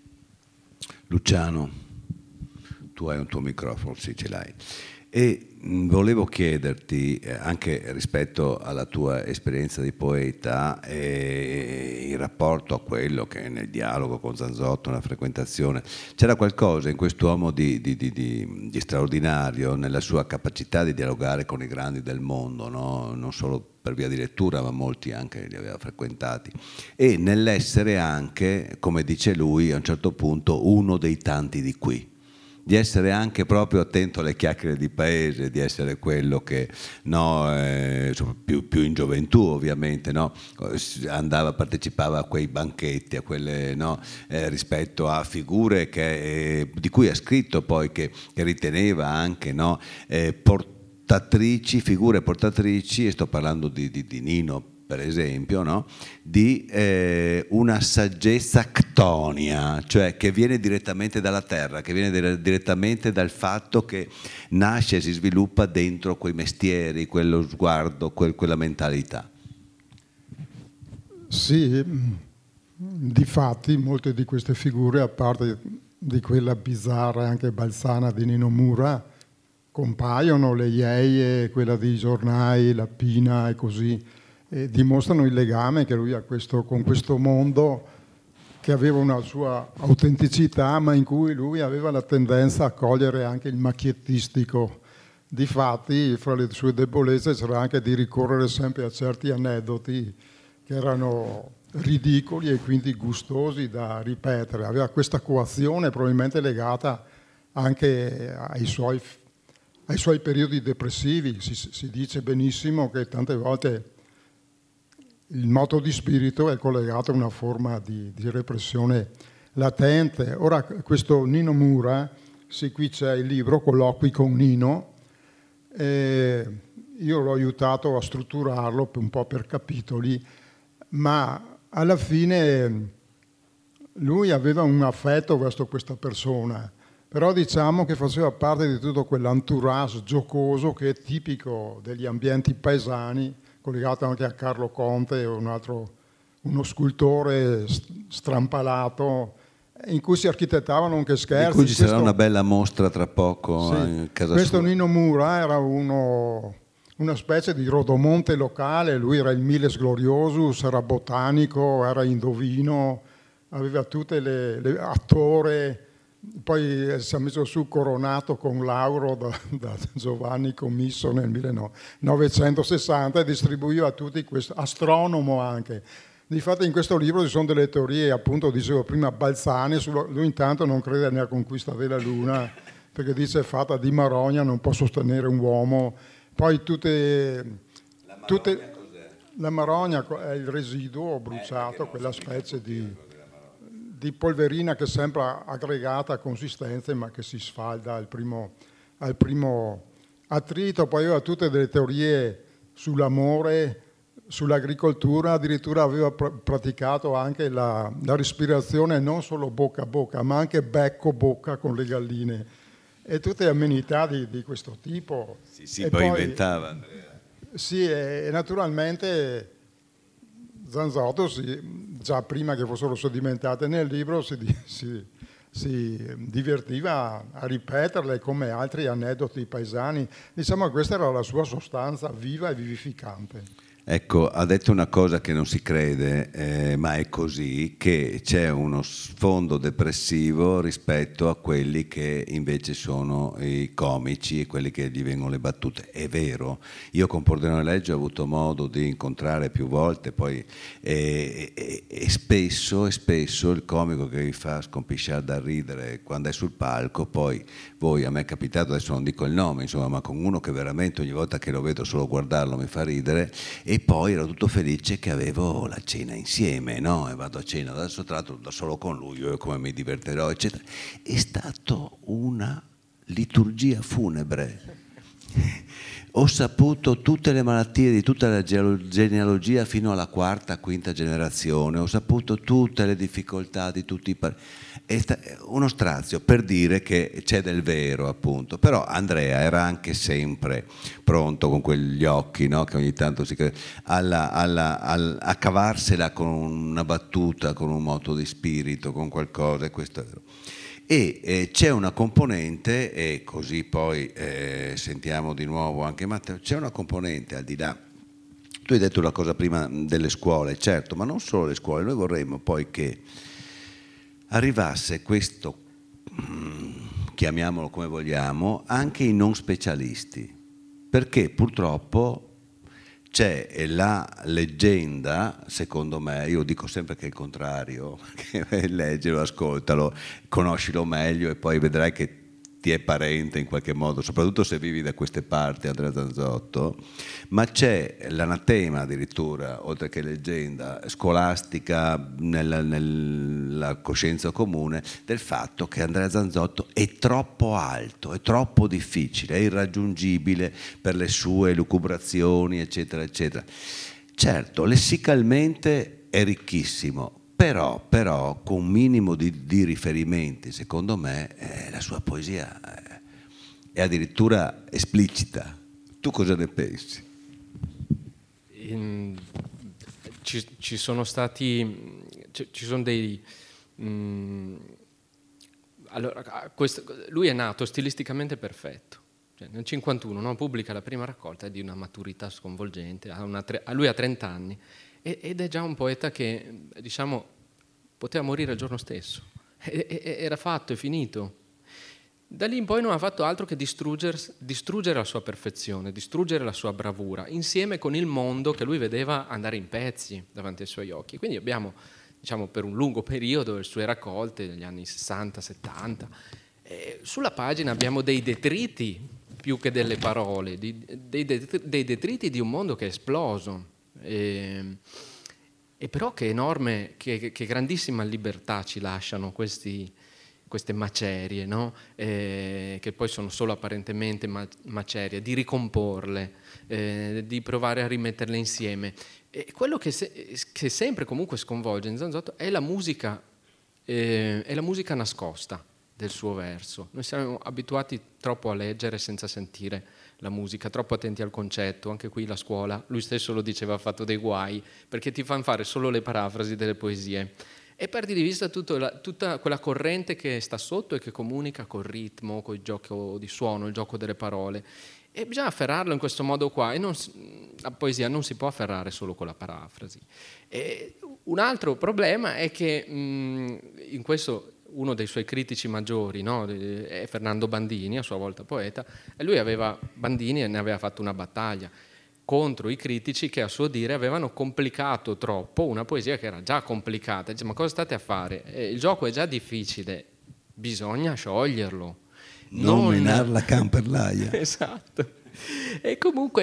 Luciano, tu hai un tuo microfono, sì, ce l'hai. E volevo chiederti, eh, anche rispetto alla tua esperienza di poeta, eh, in rapporto a quello che è nel dialogo con Zanzotto, nella frequentazione, c'era qualcosa in quest'uomo di, di, di, di, di straordinario nella sua capacità di dialogare con i grandi del mondo, no? Non solo per via di lettura, ma molti anche li aveva frequentati, e nell'essere anche, come dice lui, a un certo punto uno dei tanti di qui. di essere anche proprio attento alle chiacchiere di paese, di essere quello che, no, eh, più, più in gioventù ovviamente, no, andava, partecipava a quei banchetti, a quelle, no, eh, rispetto a figure che, eh, di cui ha scritto poi, che, che riteneva anche, no, eh, portatrici, figure portatrici, e sto parlando di, di, di Nino per esempio, no? Di eh, una saggezza ctonia, cioè che viene direttamente dalla terra, che viene dire- direttamente dal fatto che nasce e si sviluppa dentro quei mestieri, quello sguardo, quel, quella mentalità. Sì, difatti molte di queste figure, a parte di quella bizzarra e anche balzana di Nino Mura, compaiono, le Ieie, quella dei giornali, la Pina e così, e dimostrano il legame che lui ha questo, con questo mondo, che aveva una sua autenticità, ma in cui lui aveva la tendenza a cogliere anche il macchiettistico. Difatti, fra le sue debolezze c'era anche di ricorrere sempre a certi aneddoti che erano ridicoli e quindi gustosi da ripetere. Aveva questa coazione probabilmente legata anche ai suoi, ai suoi periodi depressivi. Si, si dice benissimo che tante volte il moto di spirito è collegato a una forma di, di repressione latente. Ora, questo Nino Mura, sì, qui c'è il libro Colloqui con Nino, e io l'ho aiutato a strutturarlo un po' per capitoli, ma alla fine lui aveva un affetto verso questa persona, però diciamo che faceva parte di tutto quell'entourage giocoso che è tipico degli ambienti paesani, collegato anche a Carlo Conte, un altro, uno scultore strampalato, in cui si architettavano anche scherzi. Di cui ci questo, sarà una bella mostra tra poco, sì, in casa questo sua. Nino Mura era uno, una specie di rodomonte locale, lui era il Miles Gloriosus, era botanico, era indovino, aveva tutte le, le attore. Poi si è messo su coronato con lauro da, da Giovanni Commisso nel millenovecentosessanta e distribuiva a tutti questo, astronomo anche. Difatti in questo libro ci sono delle teorie, appunto dicevo prima, balzane, lui intanto non crede nella conquista della Luna, perché dice è fatta di marogna, non può sostenere un uomo. Poi tutte... La marogna tutte, cos'è? La marogna è il residuo bruciato, eh, quella specie di... di polverina che sembra aggregata a consistenze ma che si sfalda al primo, al primo attrito. Poi aveva tutte delle teorie sull'amore, sull'agricoltura, addirittura aveva pr- praticato anche la, la respirazione non solo bocca a bocca ma anche becco-bocca con le galline e tutte amenità di, di questo tipo. Sì, sì, e poi, poi inventava Andrea. Sì, e, e naturalmente Zanzotto, si, già prima che fossero sedimentate nel libro, si, si, si divertiva a ripeterle come altri aneddoti paesani. Diciamo che questa era la sua sostanza viva e vivificante. Ecco, ha detto una cosa che non si crede, eh, ma è così, che c'è uno sfondo depressivo rispetto a quelli che invece sono i comici e quelli che gli vengono le battute. È vero, io con Pordenone Leggio ho avuto modo di incontrare più volte, poi e, e, e spesso e spesso il comico che vi fa scompisciare da ridere quando è sul palco, poi voi, a me è capitato, adesso non dico il nome, insomma, ma con uno che veramente ogni volta che lo vedo solo guardarlo mi fa ridere. E poi ero tutto felice che avevo la cena insieme, no? E vado a cena adesso, tra l'altro da solo con lui, io come mi divertirò, eccetera. È stato una liturgia funebre. Ho saputo tutte le malattie di tutta la genealogia fino alla quarta, quinta generazione, ho saputo tutte le difficoltà di tutti i parenti. È uno strazio per dire che c'è del vero, appunto. Però Andrea era anche sempre pronto con quegli occhi, no? Che ogni tanto si alla, alla, alla, a cavarsela con una battuta, con un moto di spirito, con qualcosa, e questo è vero. E eh, c'è una componente, e così poi eh, sentiamo di nuovo anche Matteo, c'è una componente al di là. Tu hai detto una cosa prima delle scuole, certo, ma non solo le scuole, noi vorremmo poi che arrivasse questo, chiamiamolo come vogliamo, anche i non specialisti, perché purtroppo c'è la leggenda, secondo me, io dico sempre che è il contrario, che leggilo, ascoltalo, conoscilo meglio e poi vedrai che ti è parente in qualche modo, soprattutto se vivi da queste parti, Andrea Zanzotto, ma c'è l'anatema addirittura, oltre che leggenda scolastica nella, nella coscienza comune, del fatto che Andrea Zanzotto è troppo alto, è troppo difficile, è irraggiungibile per le sue lucubrazioni, eccetera, eccetera. Certo, lessicalmente è ricchissimo, Però, però, con un minimo di, di riferimenti, secondo me, eh, la sua poesia è, è addirittura esplicita. Tu cosa ne pensi? In, ci, ci sono stati, ci, ci sono dei... Mh, allora, questo, lui è nato stilisticamente perfetto. Cioè, nel cinquantuno, no, pubblica la prima raccolta di una maturità sconvolgente, ha una, lui ha trenta anni. Ed è già un poeta che, diciamo, poteva morire il giorno stesso. Era fatto, è finito. Da lì in poi non ha fatto altro che distruggere, distruggere la sua perfezione, distruggere la sua bravura, insieme con il mondo che lui vedeva andare in pezzi davanti ai suoi occhi. Quindi abbiamo, diciamo, per un lungo periodo le sue raccolte degli anni sessanta settanta. E sulla pagina abbiamo dei detriti più che delle parole, dei, dei, dei detriti di un mondo che è esploso. E, e però che enorme, che, che grandissima libertà ci lasciano questi, queste macerie, no? E, che poi sono solo apparentemente ma, macerie, di ricomporle, eh, di provare a rimetterle insieme. E quello che, se, che sempre comunque sconvolge in Zanzotto è la musica, eh, è la musica nascosta del suo verso. Noi siamo abituati troppo a leggere senza sentire la musica, troppo attenti al concetto. Anche qui la scuola, lui stesso lo diceva, ha fatto dei guai, perché ti fanno fare solo le parafrasi delle poesie e perdi di vista tutto la, tutta quella corrente che sta sotto e che comunica col ritmo, col gioco di suono, il gioco delle parole, e bisogna afferrarlo in questo modo qua. E non, la poesia non si può afferrare solo con la parafrasi. E un altro problema è che mh, in questo uno dei suoi critici maggiori, no, è Fernando Bandini, a sua volta poeta, e lui aveva, Bandini ne aveva fatto una battaglia contro i critici che a suo dire avevano complicato troppo una poesia che era già complicata. Dice, ma cosa state a fare? Eh, il gioco è già difficile, bisogna scioglierlo. Non, non... menare la camperlaia. Esatto. E comunque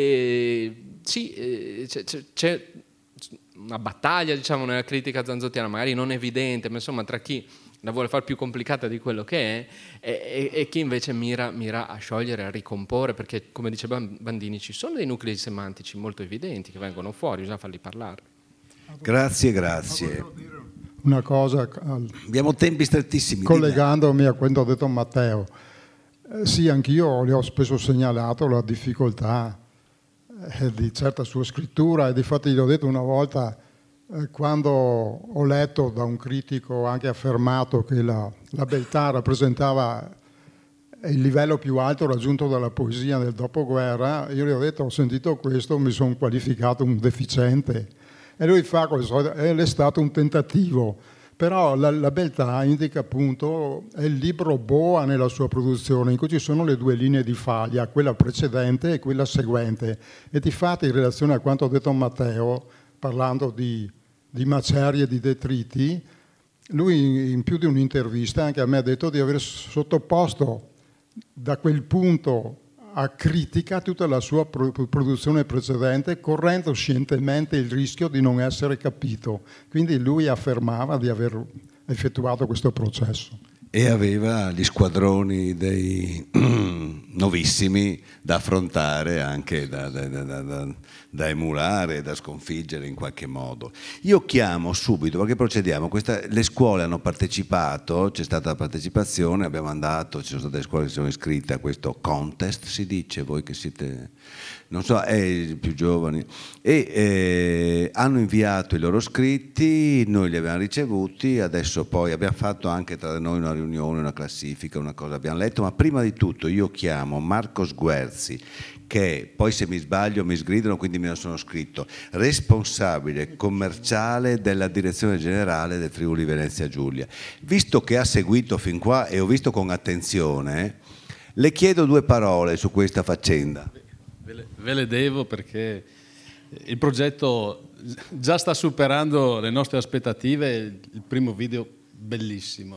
eh, sì, eh, c'è, c'è, c'è una battaglia, diciamo, nella critica zanzottiana, magari non evidente, ma insomma tra chi la vuole far più complicata di quello che è e, e, e chi invece mira, mira a sciogliere, a ricomporre, perché come diceva Bandini ci sono dei nuclei semantici molto evidenti che vengono fuori, bisogna farli parlare. Grazie, grazie. Una cosa, abbiamo tempi strettissimi. Collegandomi a quanto ha detto Matteo, eh, sì, anch'io le ho spesso segnalato la difficoltà eh, di certa sua scrittura, e difatti gli ho detto una volta, eh, quando ho letto da un critico anche affermato che la, la beltà rappresentava il livello più alto raggiunto dalla poesia del dopoguerra, io gli ho detto, ho sentito questo, mi sono qualificato un deficiente. E lui fa questo, è stato un tentativo, però la, la beltà indica appunto, è il libro boa nella sua produzione, in cui ci sono le due linee di faglia, quella precedente e quella seguente. E difatti, in relazione a quanto ha detto Matteo, parlando di, di macerie e di detriti, lui in più di un'intervista anche a me ha detto di aver sottoposto da quel punto a critica tutta la sua produzione precedente, correndo scientemente il rischio di non essere capito. Quindi lui affermava di aver effettuato questo processo. E aveva gli squadroni dei novissimi da affrontare, anche da, da, da, da, da emulare, da sconfiggere in qualche modo. Io chiamo subito, perché procediamo, questa, le scuole hanno partecipato, c'è stata la partecipazione, abbiamo andato, ci sono state le scuole che si sono iscritte a questo contest, si dice, voi che siete, non so, eh, più giovani, e eh, hanno inviato i loro scritti, noi li abbiamo ricevuti, adesso poi abbiamo fatto anche tra noi una riunione, una classifica, una cosa abbiamo letto, ma prima di tutto io chiamo Marco Sguerzi, che poi se mi sbaglio mi sgridano, quindi me lo sono scritto, responsabile commerciale della direzione generale del Friuli Venezia Giulia. Visto che ha seguito fin qua e ho visto con attenzione, le chiedo due parole su questa faccenda. Ve le, ve le devo, perché il progetto già sta superando le nostre aspettative, il primo video bellissimo, eh.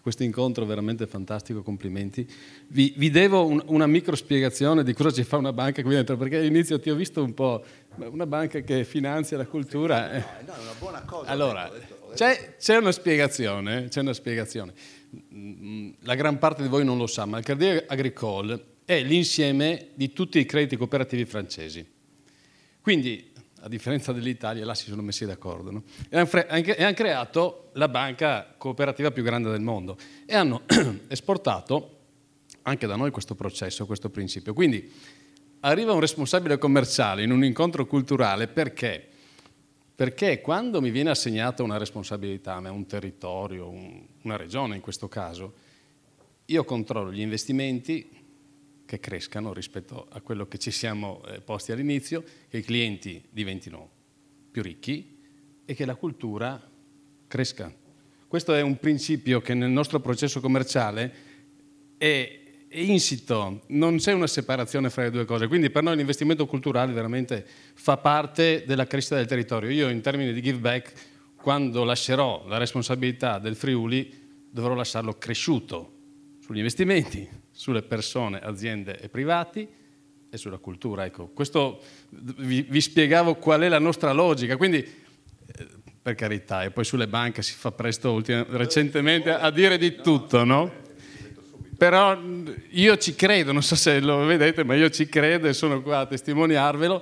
questo incontro veramente fantastico, complimenti. Vi, vi devo un, una micro spiegazione di cosa ci fa una banca qui dentro, perché all'inizio ti ho visto un po' una banca che finanzia la cultura. No, no, è una buona cosa. Allora, ho detto, ho detto. C'è, c'è una spiegazione, c'è una spiegazione. La gran parte di voi non lo sa, ma il Crédit Agricole è l'insieme di tutti i crediti cooperativi francesi. Quindi, a differenza dell'Italia, là si sono messi d'accordo, no? E hanno creato la banca cooperativa più grande del mondo e hanno esportato anche da noi questo processo, questo principio. Quindi arriva un responsabile commerciale in un incontro culturale perché? Perché quando mi viene assegnata una responsabilità, un territorio, un, una regione in questo caso, io controllo gli investimenti che crescano rispetto a quello che ci siamo eh, posti all'inizio, che i clienti diventino più ricchi e che la cultura cresca. Questo è un principio che nel nostro processo commerciale è, è insito, non c'è una separazione fra le due cose, quindi per noi l'investimento culturale veramente fa parte della crescita del territorio. Io in termini di give back, quando lascerò la responsabilità del Friuli, dovrò lasciarlo cresciuto sugli investimenti, sulle persone, aziende e privati e sulla cultura. Ecco, questo vi, vi spiegavo qual è la nostra logica, quindi eh, per carità, e poi sulle banche si fa presto ultima, recentemente a dire di tutto, no? Però io ci credo, non so se lo vedete, ma io ci credo e sono qua a testimoniarvelo.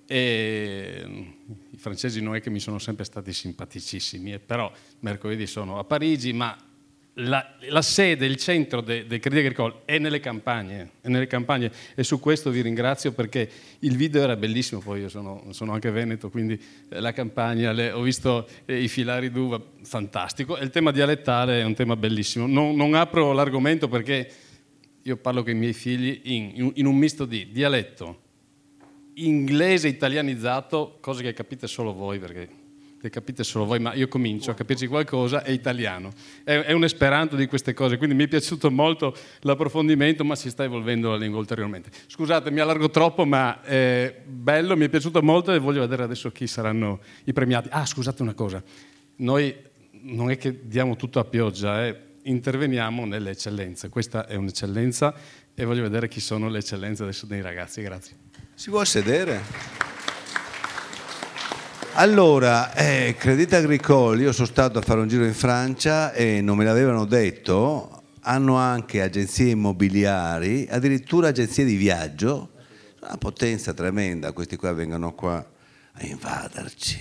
E i francesi non è che mi sono sempre stati simpaticissimi, però mercoledì sono a Parigi, ma La, la sede, il centro del de Crédit Agricole è nelle campagne, è nelle campagne e su questo vi ringrazio perché il video era bellissimo, poi io sono, sono anche veneto, quindi la campagna, le, ho visto eh, i filari d'uva, fantastico, e il tema dialettale è un tema bellissimo. Non, non apro l'argomento perché io parlo con i miei figli in, in, in un misto di dialetto, inglese italianizzato, cose che capite solo voi perché... che capite solo voi, ma io comincio a capirci qualcosa, è italiano. È, è un esperanto di queste cose, quindi mi è piaciuto molto l'approfondimento, ma si sta evolvendo la lingua ulteriormente. Scusate, mi allargo troppo, ma è bello, mi è piaciuto molto e voglio vedere adesso chi saranno i premiati. Ah, scusate una cosa, noi non è che diamo tutto a pioggia, eh. Interveniamo nelle eccellenze. Questa è un'eccellenza e voglio vedere chi sono le eccellenze adesso dei ragazzi. Grazie. Si può sedere? Allora, eh, Crédit Agricole, io sono stato a fare un giro in Francia e non me l'avevano detto, hanno anche agenzie immobiliari, addirittura agenzie di viaggio, una potenza tremenda, questi qua vengono qua a invaderci.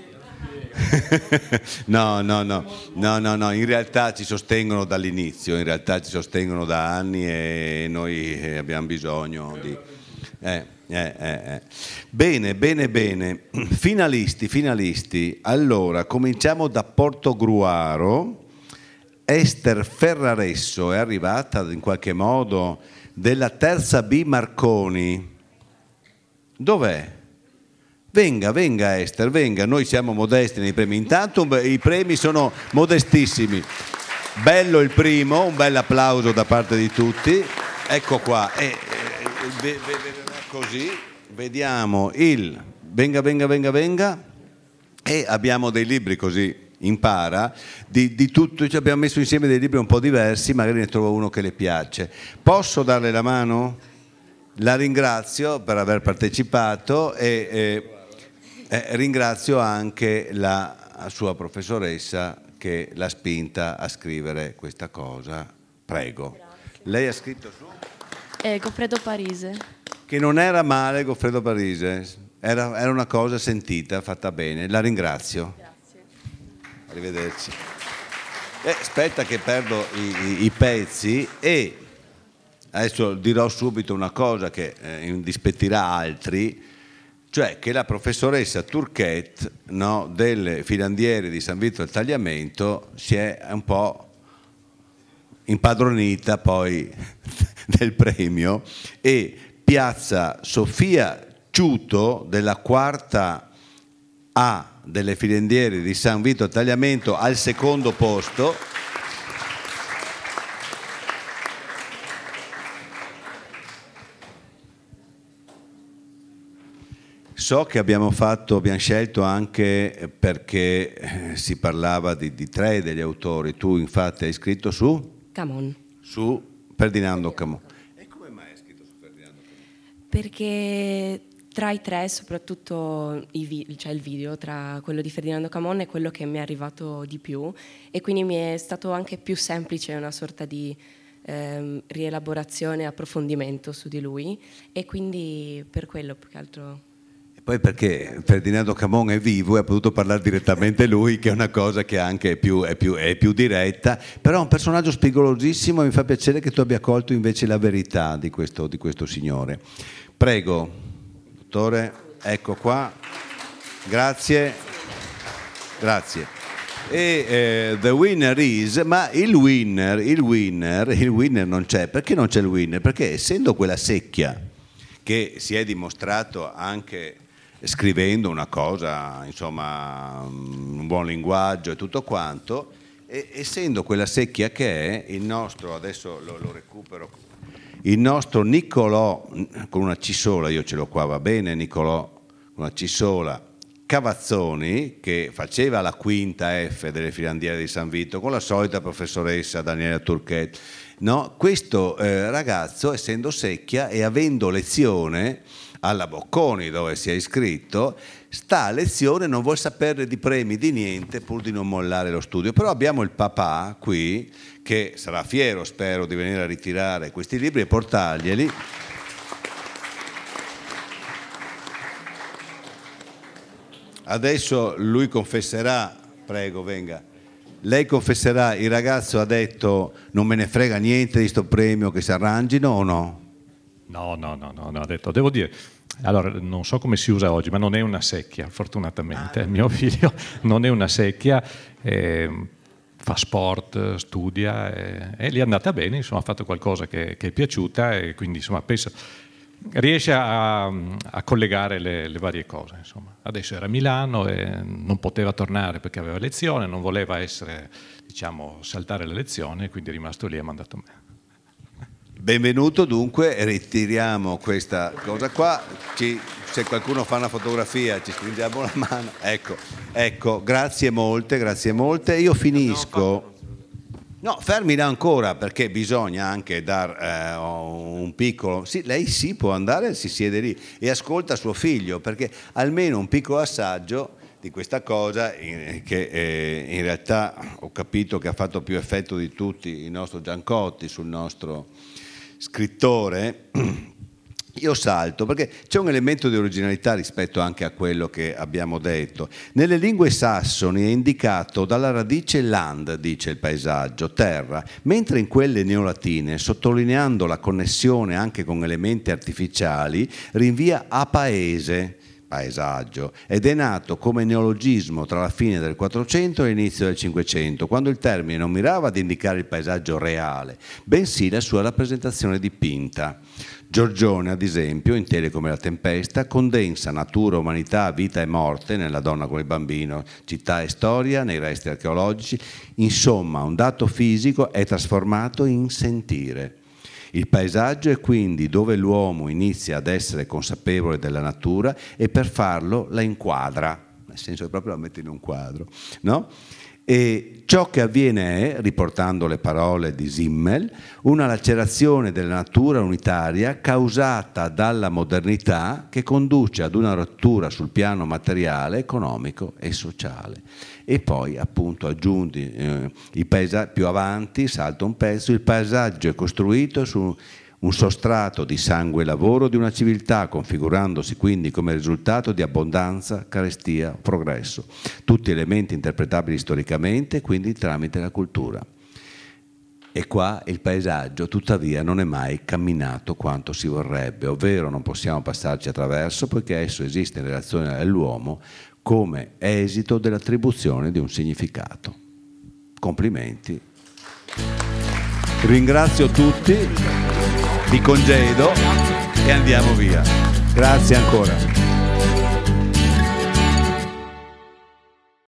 no, no, no, no, no, no, in realtà ci sostengono dall'inizio, in realtà ci sostengono da anni e noi abbiamo bisogno di... Eh. Eh, eh, eh. Bene, bene, bene. Finalisti, finalisti. Allora, cominciamo da Portogruaro. Ester Ferraresso è arrivata in qualche modo della terza B Marconi. Dov'è? Venga, venga Ester, venga. Noi siamo modesti nei premi. Intanto i premi sono modestissimi. Bello il primo, un bel applauso da parte di tutti. Ecco qua. Eh, eh, ve, ve, ve, Così vediamo il venga, venga, venga, venga e abbiamo dei libri così impara di, di tutto, cioè abbiamo messo insieme dei libri un po' diversi, magari ne trovo uno che le piace. Posso darle la mano? La ringrazio per aver partecipato e eh, eh, ringrazio anche la sua professoressa che l'ha spinta a scrivere questa cosa. Prego. Grazie. Lei ha scritto su? Eh, Goffredo Parise. Che non era male Goffredo Parise, era, era una cosa sentita, fatta bene. La ringrazio. Grazie. Arrivederci. Eh, aspetta che perdo i, i, i pezzi e adesso dirò subito una cosa che eh, indispettirà altri, cioè che la professoressa Turquette, no, delle filandiere di San Vito del Tagliamento si è un po' impadronita poi del premio e piazza Sofia Ciuto della quarta A delle filandiere di San Vito del Tagliamento al secondo posto. So che abbiamo fatto, abbiamo scelto anche perché eh, si parlava di, di tre degli autori. Tu infatti hai scritto su? Camon. Su Ferdinando Camon. E come mai hai scritto su Ferdinando Camon? Perché tra i tre, soprattutto i vi- cioè il video, tra quello di Ferdinando Camon è quello che mi è arrivato di più, e quindi mi è stato anche più semplice una sorta di ehm, rielaborazione e approfondimento su di lui, e quindi per quello più che altro... Poi perché Ferdinando Camon è vivo e ha potuto parlare direttamente lui, che è una cosa che anche è più, è più, è più diretta, però è un personaggio spigolosissimo e mi fa piacere che tu abbia colto invece la verità di questo, di questo signore. Prego, dottore, ecco qua, grazie, grazie. E eh, the winner is, ma il winner, il winner, il winner non c'è. Perché non c'è il winner? Perché essendo quella secchia che si è dimostrato anche scrivendo una cosa, insomma, un buon linguaggio e tutto quanto, e essendo quella secchia che è, il nostro, adesso lo, lo recupero, il nostro Niccolò, con una C sola, io ce l'ho qua, va bene, Niccolò, con una C sola, Cavazzoni, che faceva la quinta F delle filandiere di San Vito, con la solita professoressa Daniela Turchetti, no? Questo eh, ragazzo, essendo secchia e avendo lezione alla Bocconi dove si è iscritto, sta a lezione, non vuol sapere di premi, di niente, pur di non mollare lo studio. Però abbiamo il papà qui che sarà fiero, spero, di venire a ritirare questi libri e portarglieli. Adesso lui confesserà, prego, venga. Lei confesserà, il ragazzo ha detto non me ne frega niente di sto premio, che si arrangino o no? No, no, no, no, no, ha detto, devo dire, allora non so come si usa oggi, ma non è una secchia, fortunatamente, mio figlio non è una secchia, eh, fa sport, studia eh, e gli è andata bene, insomma ha fatto qualcosa che, che è piaciuta e quindi insomma penso, riesce a, a collegare le, le varie cose, insomma. Adesso era a Milano e non poteva tornare perché aveva lezione, non voleva essere, diciamo, saltare le lezioni, quindi è rimasto lì e ha mandato me. Benvenuto, dunque ritiriamo questa cosa qua, ci, se qualcuno fa una fotografia ci stringiamo la mano, ecco, ecco, grazie molte, grazie molte, io finisco, no, fermila ancora perché bisogna anche dar eh, un piccolo, sì, lei sì può andare, si siede lì e ascolta suo figlio, perché almeno un piccolo assaggio di questa cosa eh, che eh, in realtà ho capito che ha fatto più effetto di tutti il nostro Giancotti sul nostro scrittore. Io salto perché c'è un elemento di originalità rispetto anche a quello che abbiamo detto. Nelle lingue sassoni è indicato dalla radice land, dice il paesaggio, terra, mentre in quelle neolatine, sottolineando la connessione anche con elementi artificiali, rinvia a paese, paesaggio, ed è nato come neologismo tra la fine del Quattrocento e l'inizio del Cinquecento, quando il termine non mirava ad indicare il paesaggio reale, bensì la sua rappresentazione dipinta. Giorgione, ad esempio, in Tele come la tempesta, condensa natura, umanità, vita e morte nella donna con il bambino, città e storia nei resti archeologici, insomma un dato fisico è trasformato in sentire. Il paesaggio è quindi dove l'uomo inizia ad essere consapevole della natura e per farlo la inquadra, nel senso che proprio la mette in un quadro, no? E ciò che avviene è, riportando le parole di Simmel, una lacerazione della natura unitaria causata dalla modernità che conduce ad una rottura sul piano materiale, economico e sociale. E poi appunto aggiungi eh, il paesaggio, più avanti, salta un pezzo, il paesaggio è costruito su un sostrato di sangue e lavoro di una civiltà, configurandosi quindi come risultato di abbondanza, carestia, progresso, tutti elementi interpretabili storicamente, quindi tramite la cultura. E qua il paesaggio tuttavia non è mai camminato quanto si vorrebbe, ovvero non possiamo passarci attraverso poiché esso esiste in relazione all'uomo come esito dell'attribuzione di un significato. Complimenti. Ringrazio tutti, vi congedo e andiamo via. Grazie ancora.